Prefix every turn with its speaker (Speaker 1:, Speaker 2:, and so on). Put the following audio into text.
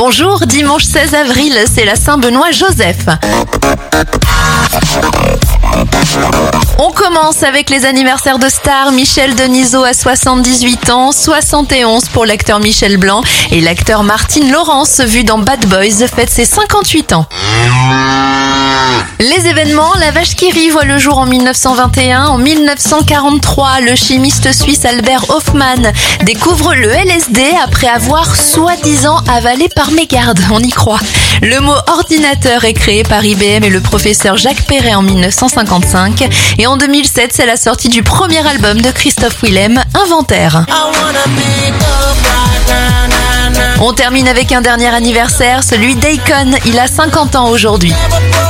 Speaker 1: Bonjour, dimanche 16 avril, c'est la Saint-Benoît-Joseph. On commence avec les anniversaires de stars. Michel Denisot a 78 ans, 71 pour l'acteur Michel Blanc et l'acteur Martin Lawrence, vu dans Bad Boys, fête ses 58 ans. Les événements, la vache qui rit voit le jour en 1921. En 1943, le chimiste suisse Albert Hofmann découvre le LSD après avoir soi-disant avalé par mégarde. On y croit. Le mot ordinateur est créé par IBM et le professeur Jacques Perret en 1955. Et en 2007, c'est la sortie du premier album de Christophe Willem, Inventaire. On termine avec un dernier anniversaire, celui d'Akon. Il a 50 ans aujourd'hui.